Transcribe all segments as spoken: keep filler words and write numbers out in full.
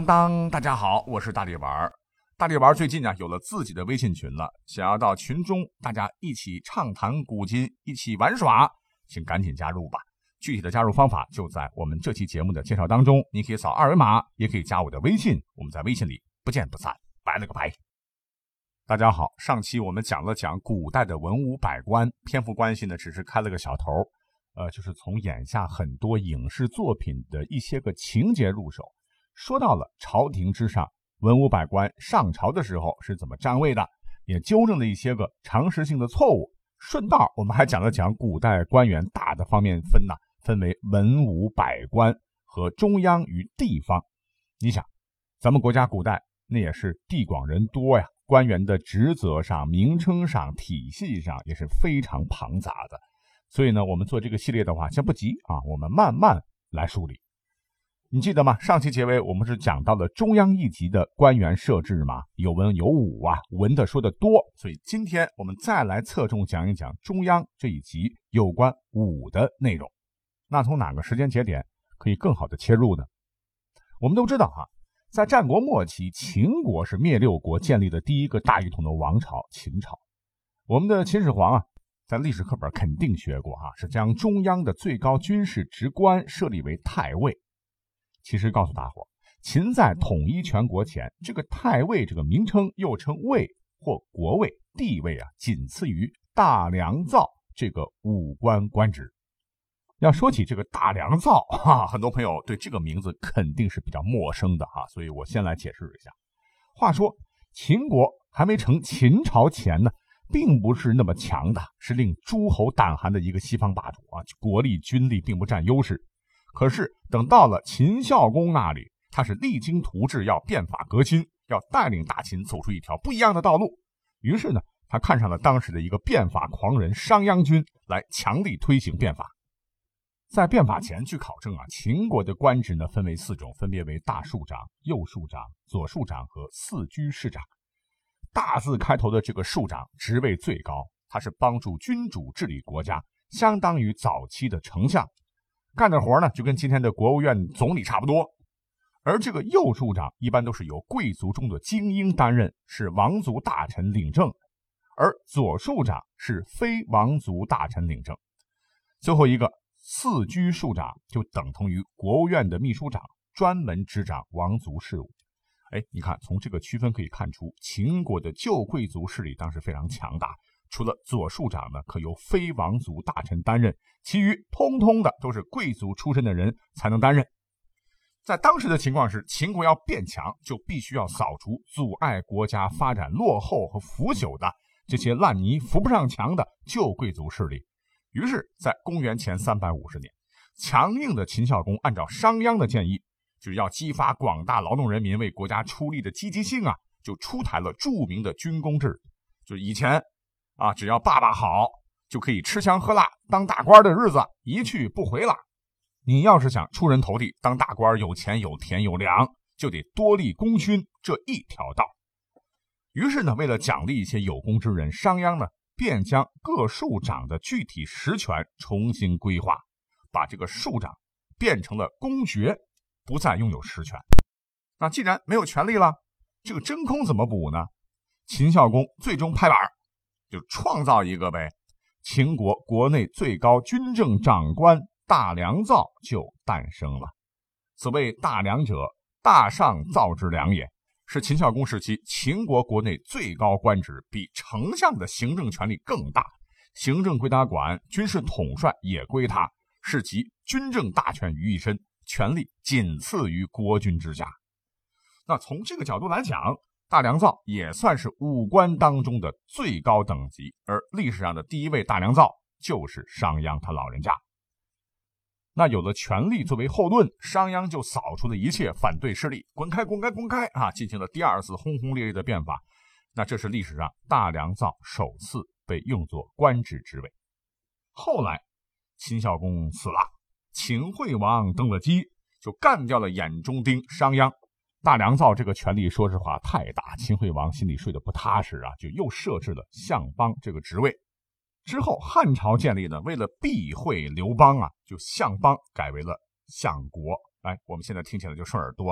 当大家好，我是大力丸。大力丸最近呢有了自己的微信群了，想要到群中大家一起畅谈古今，一起玩耍，请赶紧加入吧。具体的加入方法就在我们这期节目的介绍当中，你可以扫二维码，也可以加我的微信，我们在微信里不见不散。拜了个拜。大家好，上期我们讲了讲古代的文武百官，篇幅关系呢只是开了个小头，呃，就是从眼下很多影视作品的一些个情节入手，说到了朝廷之上文武百官上朝的时候是怎么站位的，也纠正了一些个常识性的错误。顺道我们还讲了讲古代官员大的方面分呢，分为文武百官和中央与地方。你想咱们国家古代那也是地广人多呀，官员的职责上、名称上、体系上也是非常庞杂的。所以呢，我们做这个系列的话先不急啊，我们慢慢来梳理。你记得吗？上期结尾我们是讲到了中央一级的官员设置嘛，有文有武啊，文的说的多，所以今天我们再来侧重讲一讲中央这一级有关武的内容。那从哪个时间节点可以更好的切入呢？我们都知道哈，在战国末期，秦国是灭六国建立的第一个大一统的王朝秦朝。我们的秦始皇啊，在历史课本肯定学过哈，是将中央的最高军事职官设立为太尉。其实告诉大伙，秦在统一全国前，这个太尉这个名称又称尉或国尉，地位啊仅次于大良造这个武官官职。要说起这个大良造哈，很多朋友对这个名字肯定是比较陌生的哈，所以我先来解释一下。话说秦国还没成秦朝前呢，并不是那么强的，是令诸侯胆寒的一个西方霸主啊，国力军力并不占优势。可是等到了秦孝公那里，他是励精图治，要变法革新，要带领大秦走出一条不一样的道路。于是呢，他看上了当时的一个变法狂人商鞅君，来强力推行变法。在变法前据考证啊，秦国的官职呢分为四种，分别为大庶长、右庶长、左庶长和四居士长。大字开头的这个庶长职位最高，他是帮助君主治理国家，相当于早期的丞相。干的活呢就跟今天的国务院总理差不多。而这个右庶长一般都是由贵族中的精英担任，是王族大臣领政，而左庶长是非王族大臣领政。最后一个四居庶长就等同于国务院的秘书长，专门执掌王族事务。哎，你看从这个区分可以看出，秦国的旧贵族势力当时非常强大，除了左庶长呢可由非王族大臣担任，其余通通的都是贵族出身的人才能担任。在当时的情况是，秦国要变强，就必须要扫除阻碍国家发展落后和腐朽的这些烂泥扶不上墙的旧贵族势力。于是在公元前三百五十年，强硬的秦孝公按照商鞅的建议，就是要激发广大劳动人民为国家出力的积极性啊，就出台了著名的军功制。就是以前啊，只要爸爸好，就可以吃香喝辣，当大官的日子一去不回了。你要是想出人头地，当大官有钱有田有粮，就得多立功勋这一条道。于是呢，为了奖励一些有功之人，商鞅呢便将各庶长的具体实权重新规划，把这个庶长变成了公爵，不再拥有实权。那既然没有权利了，这个真空怎么补呢？秦孝公最终拍板，就创造一个呗，秦国国内最高军政长官大良造就诞生了。所谓大良者，大上造之良也，是秦孝公时期秦国国内最高官职，比丞相的行政权力更大，行政归他管，军事统帅也归他，是集军政大权于一身，权力仅次于国君之下。那从这个角度来讲，大良造也算是武官当中的最高等级，而历史上的第一位大良造就是商鞅他老人家。那有了权力作为后盾，商鞅就扫除了一切反对势力，滚开滚开滚开啊！进行了第二次轰轰烈烈的变法。那这是历史上大良造首次被用作官职职位。后来秦孝公死了，秦惠王登了基，就干掉了眼中钉商鞅。大良造这个权力说实话太大，秦惠王心里睡得不踏实啊，就又设置了相邦这个职位。之后汉朝建立呢，为了避讳刘邦啊，就相邦改为了相国。哎，我们现在听起来就顺耳多了哈。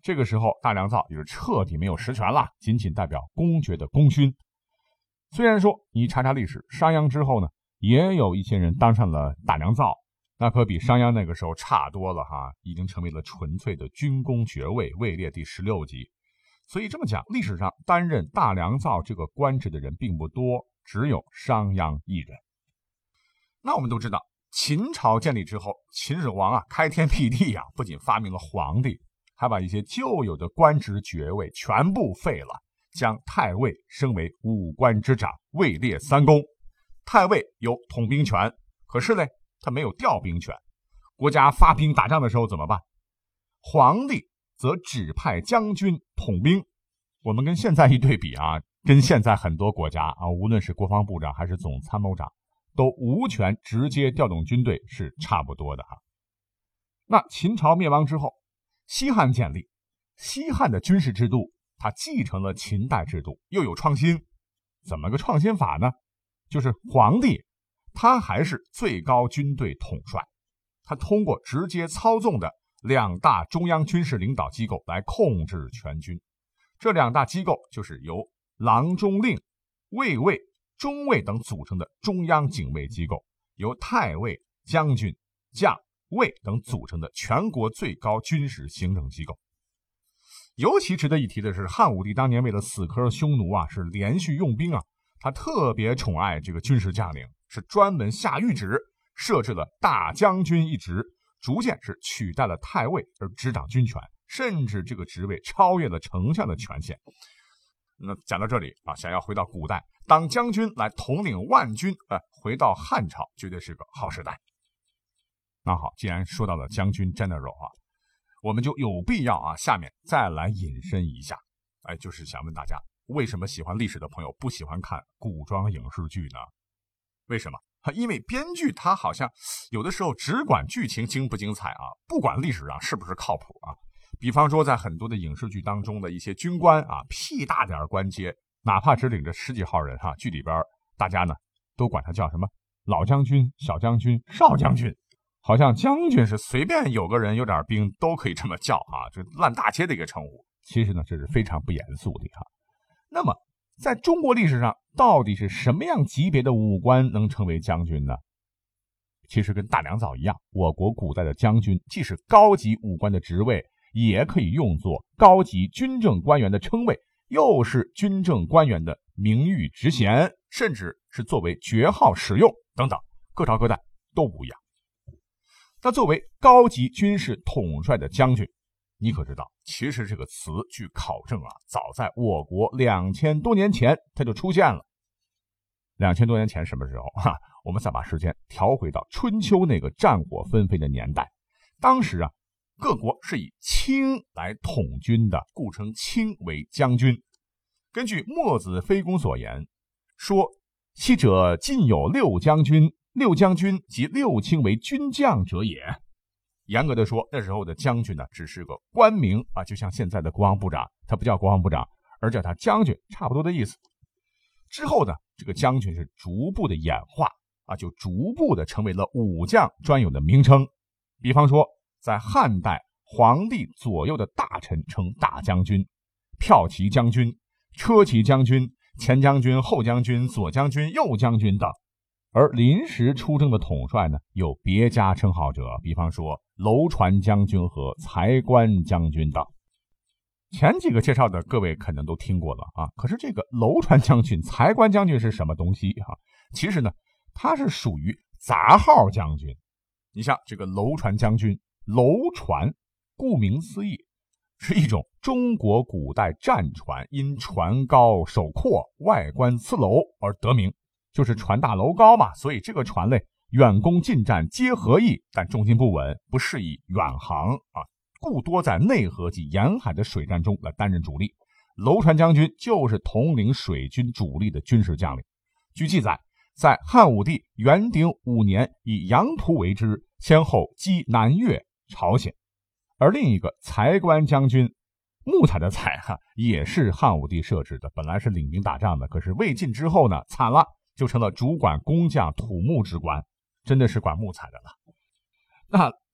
这个时候大良造也是彻底没有实权了，仅仅代表公爵的功勋。虽然说你查查历史，商鞅之后呢，也有一些人当上了大良造，那可比商鞅那个时候差多了哈，已经成为了纯粹的军功爵位，位列第十六级。所以这么讲，历史上担任大良造这个官职的人并不多，只有商鞅一人。那我们都知道，秦朝建立之后，秦始皇啊开天辟地啊，不仅发明了皇帝，还把一些旧有的官职爵位全部废了，将太尉升为五官之长，位列三公。太尉有统兵权，可是呢，他没有调兵权。国家发兵打仗的时候怎么办？皇帝则指派将军统兵。我们跟现在一对比啊，跟现在很多国家啊，无论是国防部长还是总参谋长，都无权直接调动军队，是差不多的哈。那秦朝灭亡之后，西汉建立，西汉的军事制度它继承了秦代制度，又有创新。怎么个创新法呢？就是皇帝他还是最高军队统帅，他通过直接操纵的两大中央军事领导机构来控制全军。这两大机构就是由郎中令、卫尉、中尉等组成的中央警卫机构，由太尉、将军、将、尉等组成的全国最高军事行政机构。尤其值得一提的是，汉武帝当年为了死磕匈奴啊，是连续用兵啊，他特别宠爱这个军事将领，是专门下谕旨设置了大将军一职，逐渐是取代了太尉而执掌军权，甚至这个职位超越了丞相的权限。那讲到这里啊，想要回到古代当将军来统领万军，呃，回到汉朝绝对是个好时代。那好，既然说到了将军 general 啊，我们就有必要啊，下面再来引申一下，哎，就是想问大家，为什么喜欢历史的朋友不喜欢看古装影视剧呢？为什么？因为编剧他好像有的时候只管剧情精不精彩啊，不管历史上是不是靠谱啊。比方说在很多的影视剧当中的一些军官啊，屁大点官阶，哪怕只领着十几号人哈、啊，剧里边大家呢都管他叫什么老将军、小将军、少将军，好像将军是随便有个人有点兵都可以这么叫啊，这烂大街的一个称呼。其实呢，这是非常不严肃的哈。那么在中国历史上，到底是什么样级别的武官能成为将军呢？其实跟大良造一样，我国古代的将军既是高级武官的职位，也可以用作高级军政官员的称谓，又是军政官员的名誉职衔，甚至是作为爵号使用等等，各朝各代都不一样。那作为高级军事统帅的将军，你可知道，其实这个词据考证啊，早在我国两千多年前它就出现了。两千多年前什么时候哈？我们再把时间调回到春秋那个战火纷飞的年代。当时啊，各国是以卿来统军的，故称卿为将军。根据墨子非公所言，说昔者晋有六将军，六将军即六卿为军将者也。严格的说，那时候的将军呢，只是个官名啊，就像现在的国防部长，他不叫国防部长，而叫他将军，差不多的意思。之后呢，这个将军是逐步的演化啊，就逐步的成为了武将专有的名称。比方说，在汉代，皇帝左右的大臣称大将军、骠骑将军、车骑将军、前将军、后将军、左将军、右将军等。而临时出征的统帅呢，有别家称号者，比方说楼船将军和才官将军等。前几个介绍的各位可能都听过了啊，可是这个楼船将军、才官将军是什么东西啊？其实呢，它是属于杂号将军。你像这个楼船将军，楼船顾名思义是一种中国古代战船，因船高手阔、外观似楼而得名，就是船大楼高嘛，所以这个船类远攻近战皆合意，但重心不稳，不适宜远航啊，故多在内河及沿海的水战中来担任主力。楼船将军就是统领水军主力的军事将领。据记载，在汉武帝元鼎五年，以杨图为之，先后击南越、朝鲜。而另一个才官将军，木材的材哈，也是汉武帝设置的，本来是领兵打仗的，可是魏晋之后呢，惨了，就成了主管工匠土木之官，真的是管木材的了。那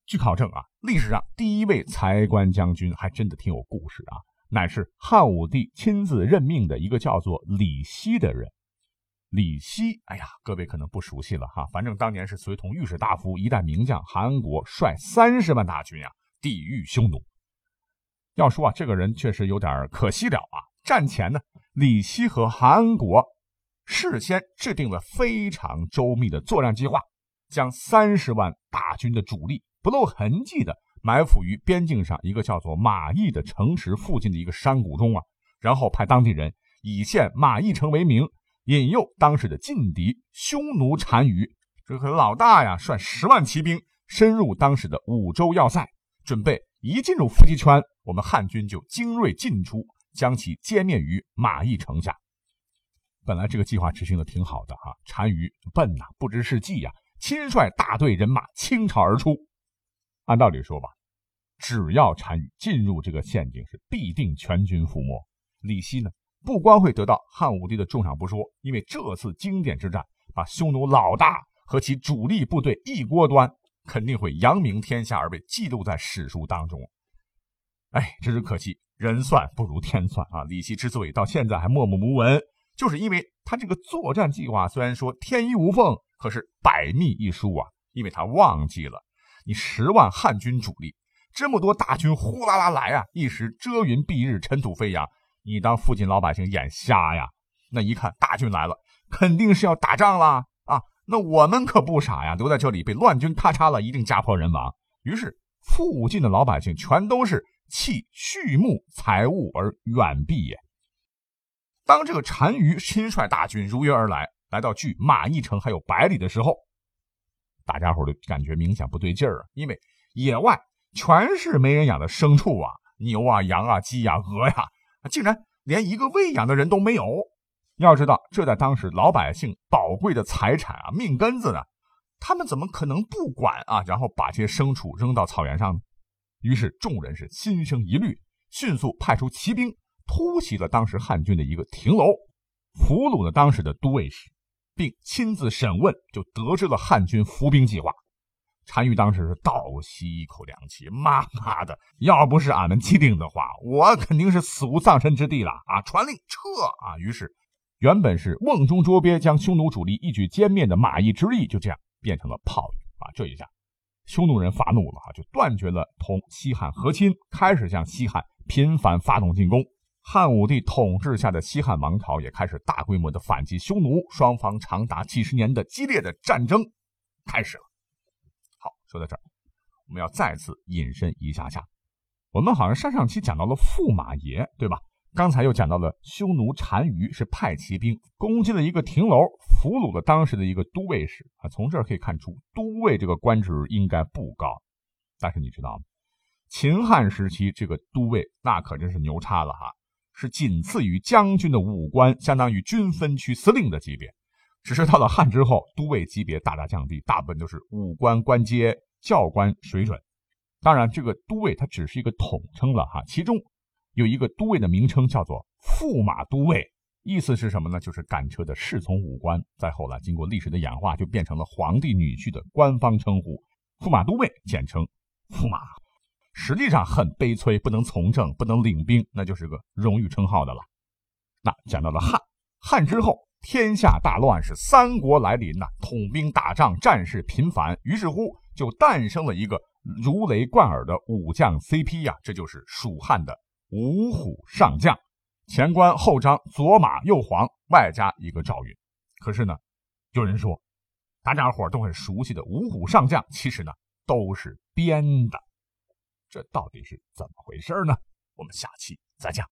据考证啊，历史上第一位才官将军还真的挺有故事啊，乃是汉武帝亲自任命的一个叫做李希的人。李希，哎呀，各位可能不熟悉了哈，反正当年是随同御史大夫一代名将韩安国率三十万大军啊，抵御匈奴。要说啊，这个人确实有点可惜了啊。战前呢，李希和韩安国事先制定了非常周密的作战计划，将三十万大军的主力不露痕迹的埋伏于边境上一个叫做马邑的城池附近的一个山谷中啊，然后派当地人以陷马邑城为名，引诱当时的劲敌匈奴单于，这个老大呀率十万骑兵深入当时的五州要塞，准备一进入伏击圈，我们汉军就精锐尽出，将其歼灭于马邑城下。本来这个计划执行的挺好的哈，单于笨呐、啊，不知是计呀、啊，亲率大队人马倾巢而出。按道理说吧，只要单于进入这个陷阱，是必定全军覆没。李希呢，不光会得到汉武帝的重赏不说，因为这次经典之战把匈奴老大和其主力部队一锅端，肯定会扬名天下而被记录在史书当中。哎，只是可惜人算不如天算啊！李希之所以到现在还默默无闻，就是因为他这个作战计划虽然说天衣无缝，可是百密一疏啊，因为他忘记了你十万汉军主力，这么多大军呼啦啦来啊，一时遮云蔽日，尘土飞扬，你当附近老百姓眼瞎呀？那一看大军来了，肯定是要打仗啦啊！那我们可不傻呀，留在这里被乱军咔嚓了，一定家破人亡。于是附近的老百姓全都是弃畜牧财物而远避也。当这个单于亲率大军如约而来，来到距马邑城还有百里的时候，大家伙就感觉明显不对劲儿啊，因为野外全是没人养的牲畜啊，牛啊、羊啊、鸡啊、鹅呀、啊，竟然连一个喂养的人都没有。要知道，这在当时老百姓宝贵的财产啊、命根子呢，他们怎么可能不管啊？然后把这些牲畜扔到草原上呢？于是众人是心生疑虑，迅速派出骑兵突袭了当时汉军的一个亭楼，俘虏了当时的都尉使，并亲自审问，就得知了汉军伏兵计划。单于当时是倒吸一口凉气，妈妈的，要不是俺们既定的话，我肯定是死无葬身之地了啊！传令撤啊！于是原本是瓮中捉鳖将匈奴主力一举歼灭的马邑之役，就这样变成了炮雨啊！这一下匈奴人发怒了啊，就断绝了同西汉和亲，开始向西汉频繁发动进攻。汉武帝统治下的西汉王朝也开始大规模的反击匈奴，双方长达几十年的激烈的战争开始了。好，说到这儿，我们要再次引申一下下。我们好像上上期讲到了驸马爷，对吧？刚才又讲到了匈奴单于是派骑兵攻击了一个亭楼，俘虏了当时的一个都尉使啊。从这儿可以看出，都尉这个官职应该不高。但是你知道吗？秦汉时期这个都尉那可真是牛叉了哈，是仅次于将军的武官，相当于军分区司令的级别。只是到了汉之后，都尉级别大大降低，大部分都是武官官阶、教官水准。当然，这个都尉它只是一个统称了哈，其中有一个都尉的名称叫做驸马都尉，意思是什么呢？就是赶车的侍从武官。再后来经过历史的演化，就变成了皇帝女婿的官方称呼，驸马都尉简称驸马。实际上很悲催，不能从政，不能领兵，那就是个荣誉称号的了。那讲到了汉，汉之后天下大乱，是三国来临呐、啊，统兵打仗，战事频繁，于是乎就诞生了一个如雷贯耳的武将 C P 呀、啊，这就是蜀汉的五虎上将，前关后张，左马右黄，外加一个赵云。可是呢，有人说大家伙都很熟悉的五虎上将，其实呢都是编的，这到底是怎么回事呢？我们下期再讲。